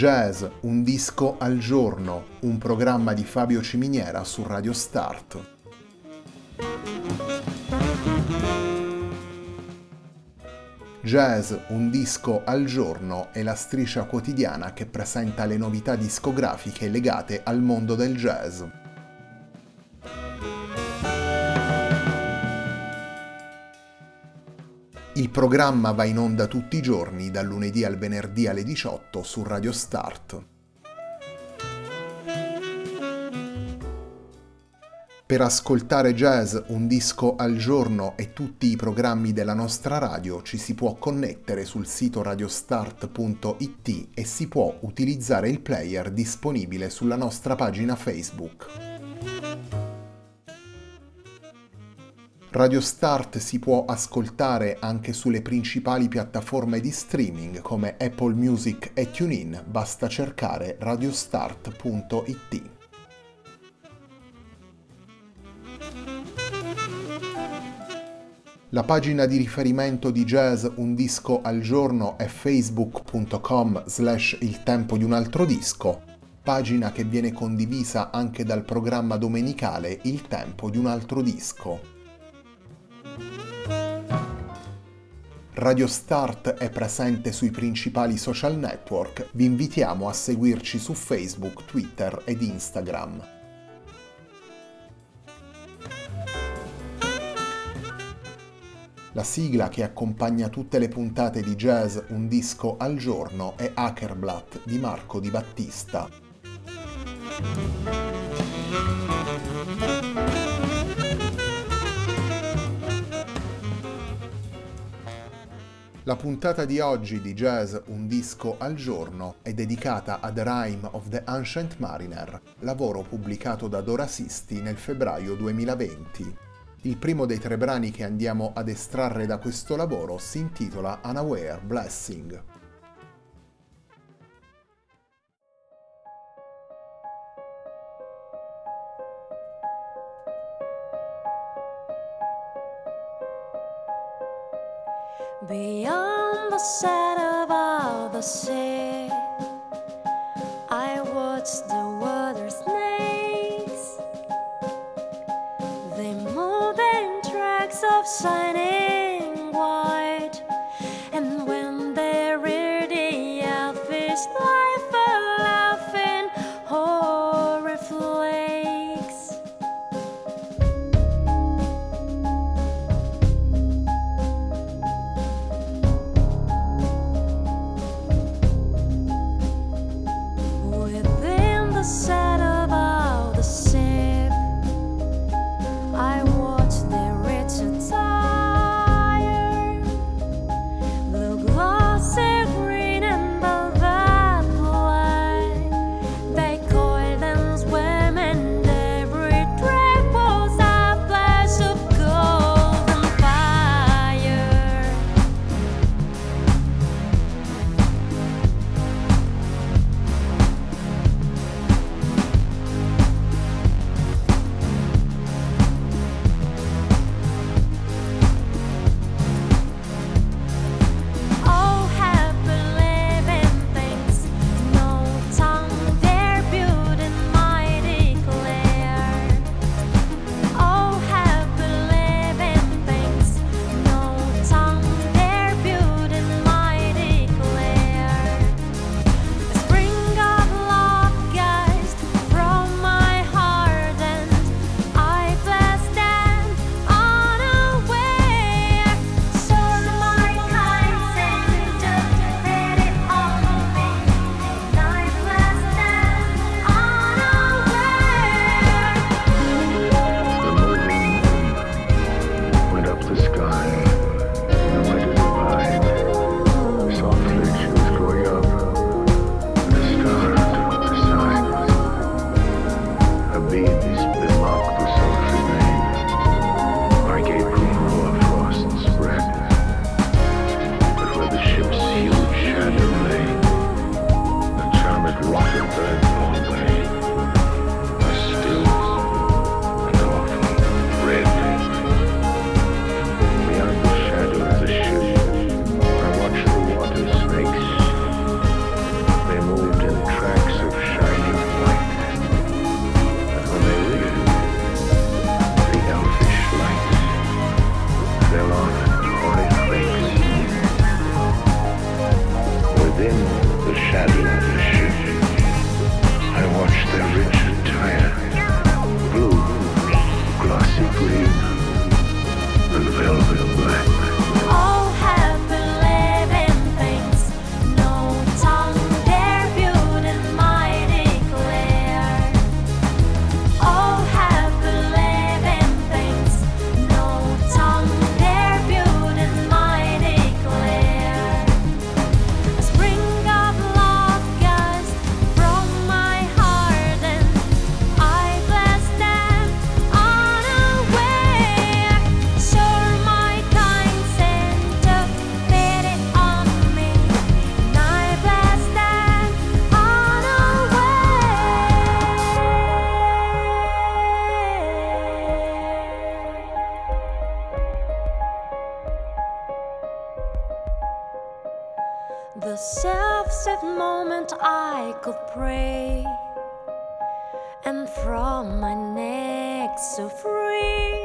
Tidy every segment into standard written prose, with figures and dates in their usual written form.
Jazz, un disco al giorno, un programma di Fabio Ciminiera su Radio Start. Jazz, un disco al giorno è la striscia quotidiana che presenta le novità discografiche legate al mondo del jazz. Il programma va in onda tutti i giorni, dal lunedì al venerdì alle 18 su Radio Start. Per ascoltare Jazz, un disco al giorno e tutti i programmi della nostra radio ci si può connettere sul sito radiostart.it e si può utilizzare il player disponibile sulla nostra pagina Facebook. Radio Start si può ascoltare anche sulle principali piattaforme di streaming come Apple Music e TuneIn, basta cercare radiostart.it. La pagina di riferimento di Jazz Un Disco al Giorno è facebook.com/il tempo di un altro disco, pagina che viene condivisa anche dal programma domenicale Il tempo di un altro disco. Radio Start è presente sui principali social network, vi invitiamo a seguirci su Facebook, Twitter ed Instagram. La sigla che accompagna tutte le puntate di Jazz Un Disco al Giorno è Hackerblatt di Marco Di Battista. La puntata di oggi di Jazz Un Disco al Giorno è dedicata a The Rime of the Ancient Mariner, lavoro pubblicato da Dora Sisti nel febbraio 2020. Il primo dei 3 brani che andiamo ad estrarre da questo lavoro si intitola Unaware Blessing. Beyond the shadow of the sea, I watch the water snakes. They move in tracks of shining white, and when they rear the fish life a laughing horror flakes. Within the the self-set moment I could pray, and from my neck so free,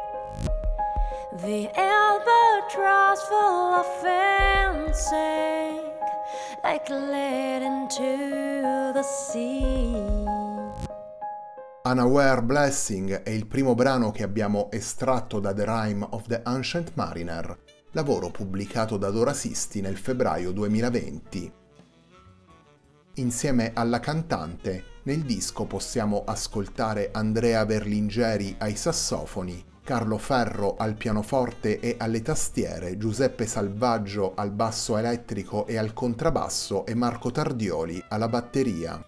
the albatross full of fancy, like lead into the sea. Unaware Blessing è il primo brano che abbiamo estratto da The Rime of the Ancient Mariner, lavoro pubblicato da Dora Sisti nel febbraio 2020. Insieme alla cantante, nel disco possiamo ascoltare Andrea Verlingeri ai sassofoni, Carlo Ferro al pianoforte e alle tastiere, Giuseppe Salvaggio al basso elettrico e al contrabbasso e Marco Tardioli alla batteria.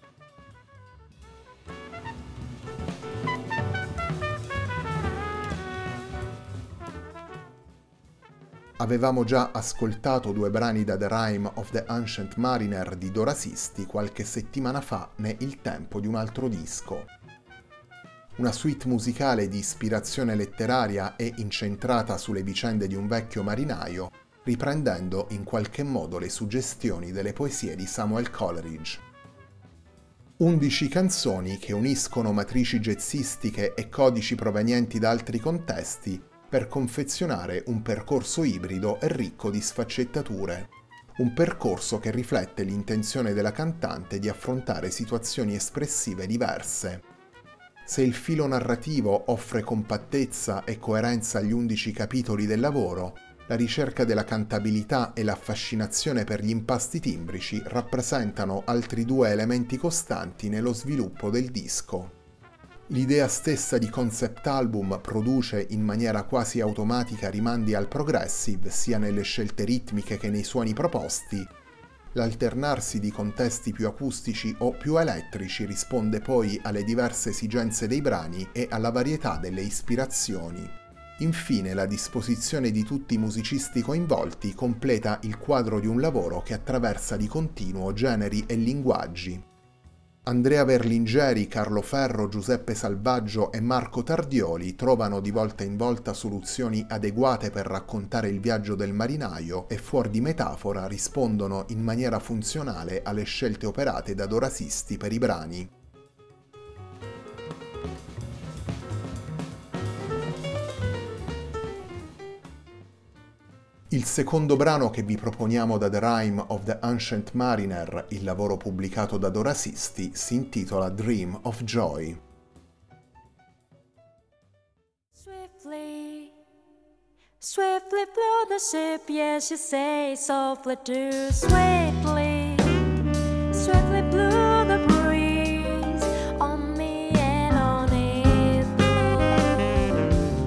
Avevamo già ascoltato 2 brani da The Rime of the Ancient Mariner di Dora Sisti qualche settimana fa né Il tempo di un altro disco. Una suite musicale di ispirazione letteraria e incentrata sulle vicende di un vecchio marinaio, riprendendo in qualche modo le suggestioni delle poesie di Samuel Coleridge. 11 canzoni che uniscono matrici jazzistiche e codici provenienti da altri contesti per confezionare un percorso ibrido e ricco di sfaccettature. Un percorso che riflette l'intenzione della cantante di affrontare situazioni espressive diverse. Se il filo narrativo offre compattezza e coerenza agli 11 capitoli del lavoro, la ricerca della cantabilità e l'affascinazione per gli impasti timbrici rappresentano altri 2 elementi costanti nello sviluppo del disco. L'idea stessa di concept album produce in maniera quasi automatica rimandi al progressive sia nelle scelte ritmiche che nei suoni proposti. L'alternarsi di contesti più acustici o più elettrici risponde poi alle diverse esigenze dei brani e alla varietà delle ispirazioni. Infine, la disposizione di tutti i musicisti coinvolti completa il quadro di un lavoro che attraversa di continuo generi e linguaggi. Andrea Verlingeri, Carlo Ferro, Giuseppe Salvaggio e Marco Tardioli trovano di volta in volta soluzioni adeguate per raccontare il viaggio del marinaio e fuori di metafora rispondono in maniera funzionale alle scelte operate da Dora Sisti per i brani. Il secondo brano che vi proponiamo da The Rime of the Ancient Mariner, il lavoro pubblicato da Dora Sisti, si intitola Dream of Joy. Swiftly, swiftly flew the ship, yes you say, softly too sweetly, swiftly blew the breeze on me and on it blew.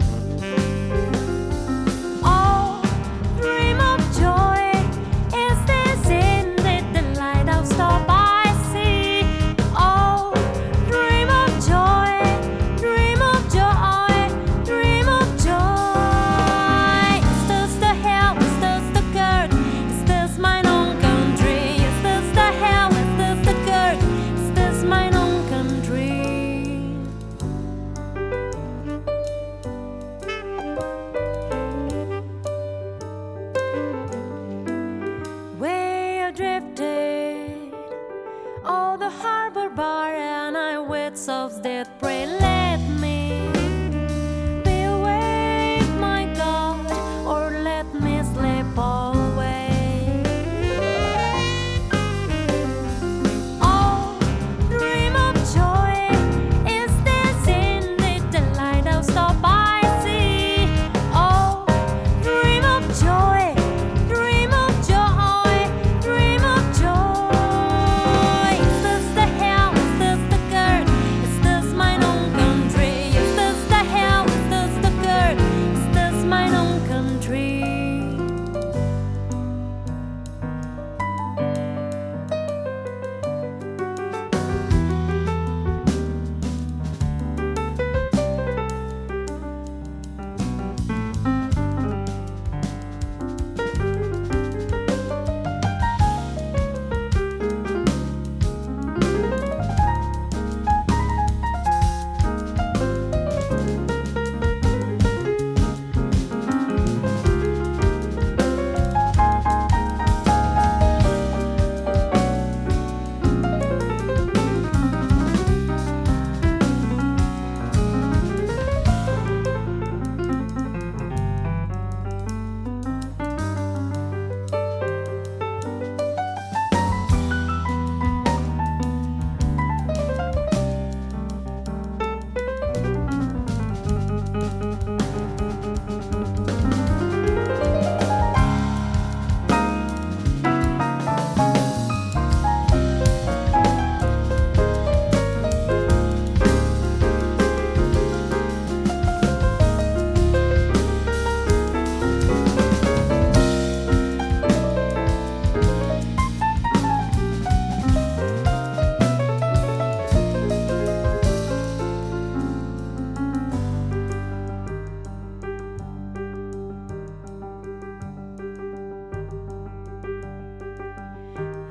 Oh, dream of joy, is this indeed the lighthouse stop I see? Oh, dream of joy, dream of joy, dream of joy. Is this the hell, is this the curse, is this mine own country? Is this the hell, is this the curse, is this mine own country? Way adrifted, oh the harbor bar and I with souls that pray, let me be awake, my God, or let me slip away. Oh, dream of joy, is this indeed the lighthouse stop I see? Oh, dream of joy, dream of joy, dream of joy. Is this the hell, is this the curse, is this mine own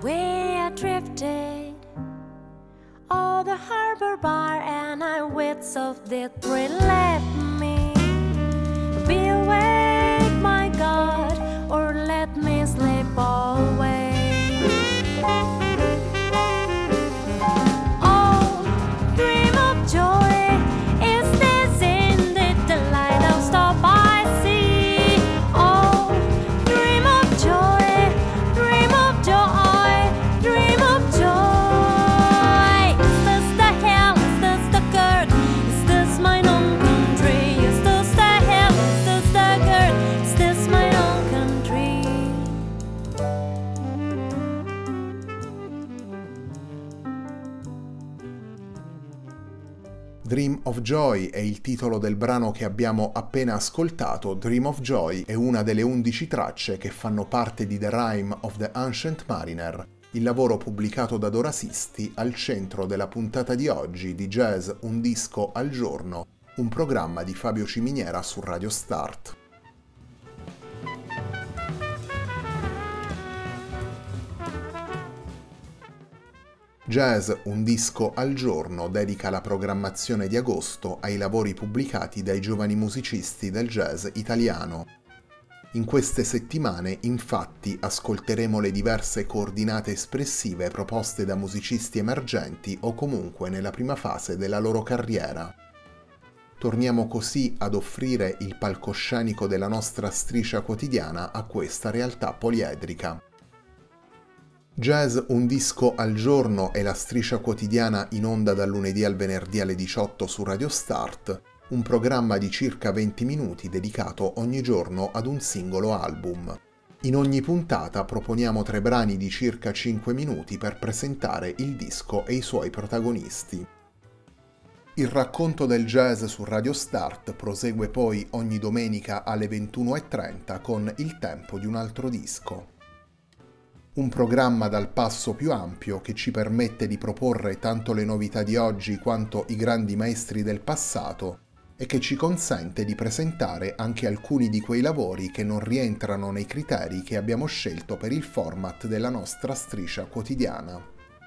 We drifted all the harbor bar, and I wits of the three let me be awake, my God, or let me sleep away. Oh, dream of joy, is this indeed the lighthouse top I see? Oh, dream of joy, dream of joy, dream of joy. Is this the hell, is this the girl, is this mine own country? Is this the hell, is this the girl, is this mine own country? Dream of Joy è il titolo del brano che abbiamo appena ascoltato. Dream of Joy è una delle 11 tracce che fanno parte di The Rime of the Ancient Mariner, il lavoro pubblicato da Dora Sisti al centro della puntata di oggi di Jazz Un disco al giorno, un programma di Fabio Ciminiera su Radio Start. Jazz Un disco al giorno dedica la programmazione di agosto ai lavori pubblicati dai giovani musicisti del jazz italiano. In queste settimane, infatti, ascolteremo le diverse coordinate espressive proposte da musicisti emergenti o comunque nella prima fase della loro carriera. Torniamo così ad offrire il palcoscenico della nostra striscia quotidiana a questa realtà poliedrica. Jazz Un disco al giorno è la striscia quotidiana in onda dal lunedì al venerdì alle 18 su Radio Start, un programma di circa 20 minuti dedicato ogni giorno ad un singolo album. In ogni puntata proponiamo 3 brani di circa 5 minuti per presentare il disco e i suoi protagonisti. Il racconto del jazz su Radio Start prosegue poi ogni domenica alle 21:30 con Il tempo di un altro disco. Un programma dal passo più ampio che ci permette di proporre tanto le novità di oggi quanto i grandi maestri del passato e che ci consente di presentare anche alcuni di quei lavori che non rientrano nei criteri che abbiamo scelto per il format della nostra striscia quotidiana.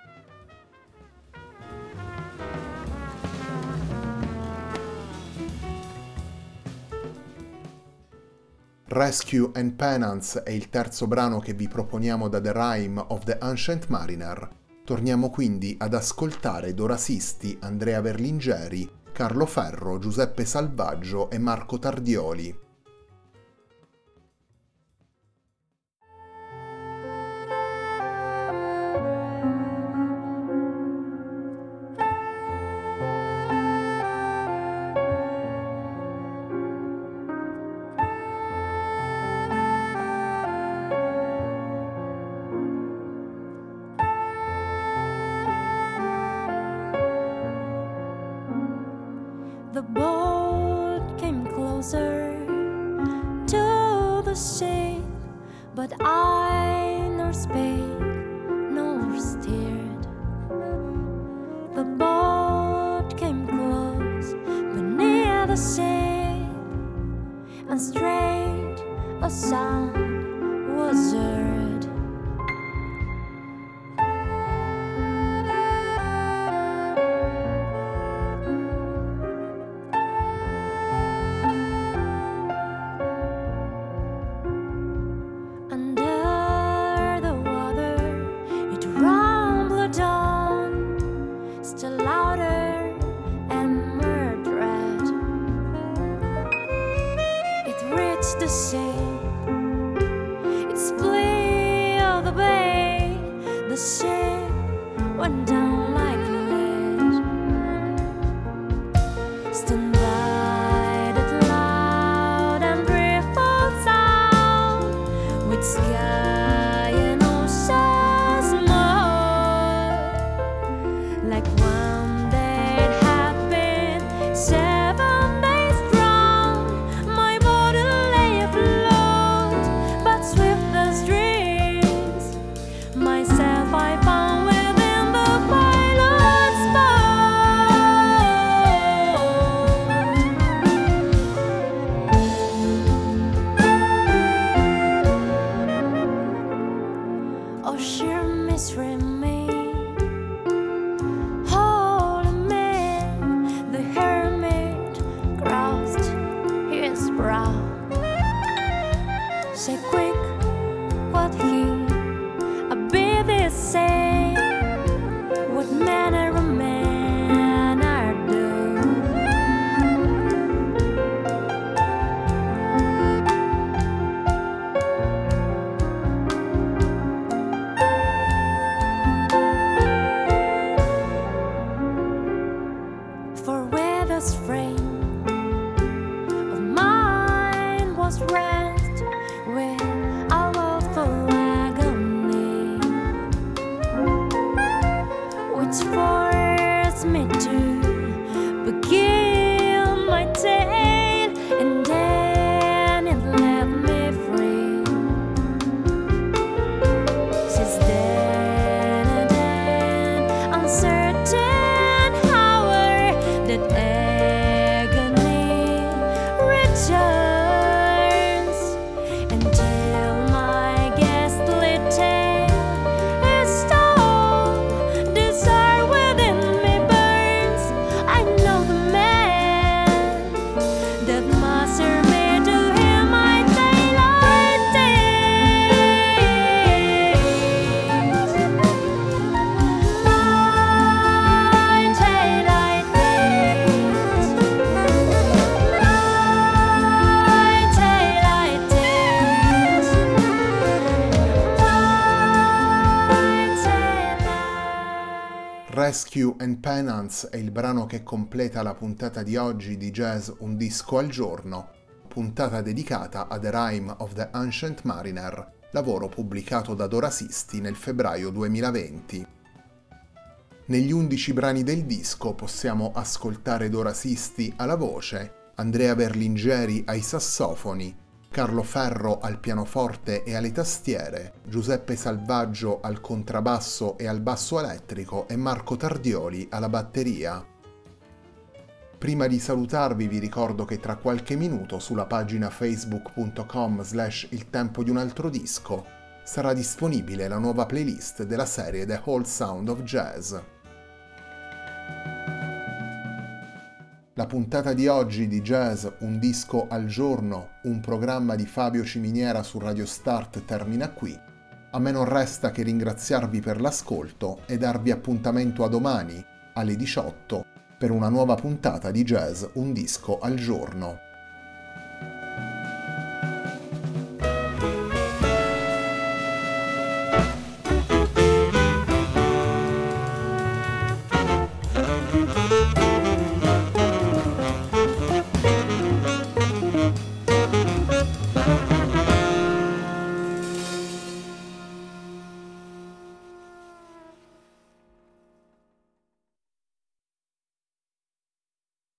Rescue and Penance è il terzo brano che vi proponiamo da The Rime of the Ancient Mariner. Torniamo quindi ad ascoltare Dora Sisti, Andrea Verlingeri, Carlo Ferro, Giuseppe Salvaggio e Marco Tardioli. The boat came closer to the sea, but I nor spake nor steered. The boat came close beneath the sea, and straight a sound was heard. The sea, it split of the bay. The ship went down like lead. Stand by that loud and fearful sound, with sky and oceans more, like one that had been 7 days drowned. My body lay afloat, but swift as dreams. Myself I found within the pilot's boat. Oh, sheer is remain. Holy man, the hermit crossed his brow. Say quick, what he a baby say? What manner of man art thou? For where the frame of mine was rest with a lawful agony, which forced me to begin my tale, and then it left me free. Since then and then, uncertain hour, that agony returns, until my ghastly tale is told. Desire within me burns. I know the man that master me, to him I daylight Rescue and Penance è il brano che completa la puntata di oggi di Jazz Un Disco al Giorno, puntata dedicata a The Rime of the Ancient Mariner, lavoro pubblicato da Dora Sisti nel febbraio 2020. Negli 11 brani del disco possiamo ascoltare Dora Sisti alla voce, Andrea Berlingeri ai sassofoni, Carlo Ferro al pianoforte e alle tastiere, Giuseppe Salvaggio al contrabbasso e al basso elettrico e Marco Tardioli alla batteria. Prima di salutarvi vi ricordo che tra qualche minuto sulla pagina facebook.com/il tempo di un altro disco sarà disponibile la nuova playlist della serie The Whole Sound of Jazz. La puntata di oggi di Jazz Un Disco al Giorno, un programma di Fabio Ciminiera su Radio Start, termina qui. A me non resta che ringraziarvi per l'ascolto e darvi appuntamento a domani alle 18 per una nuova puntata di Jazz Un Disco al Giorno.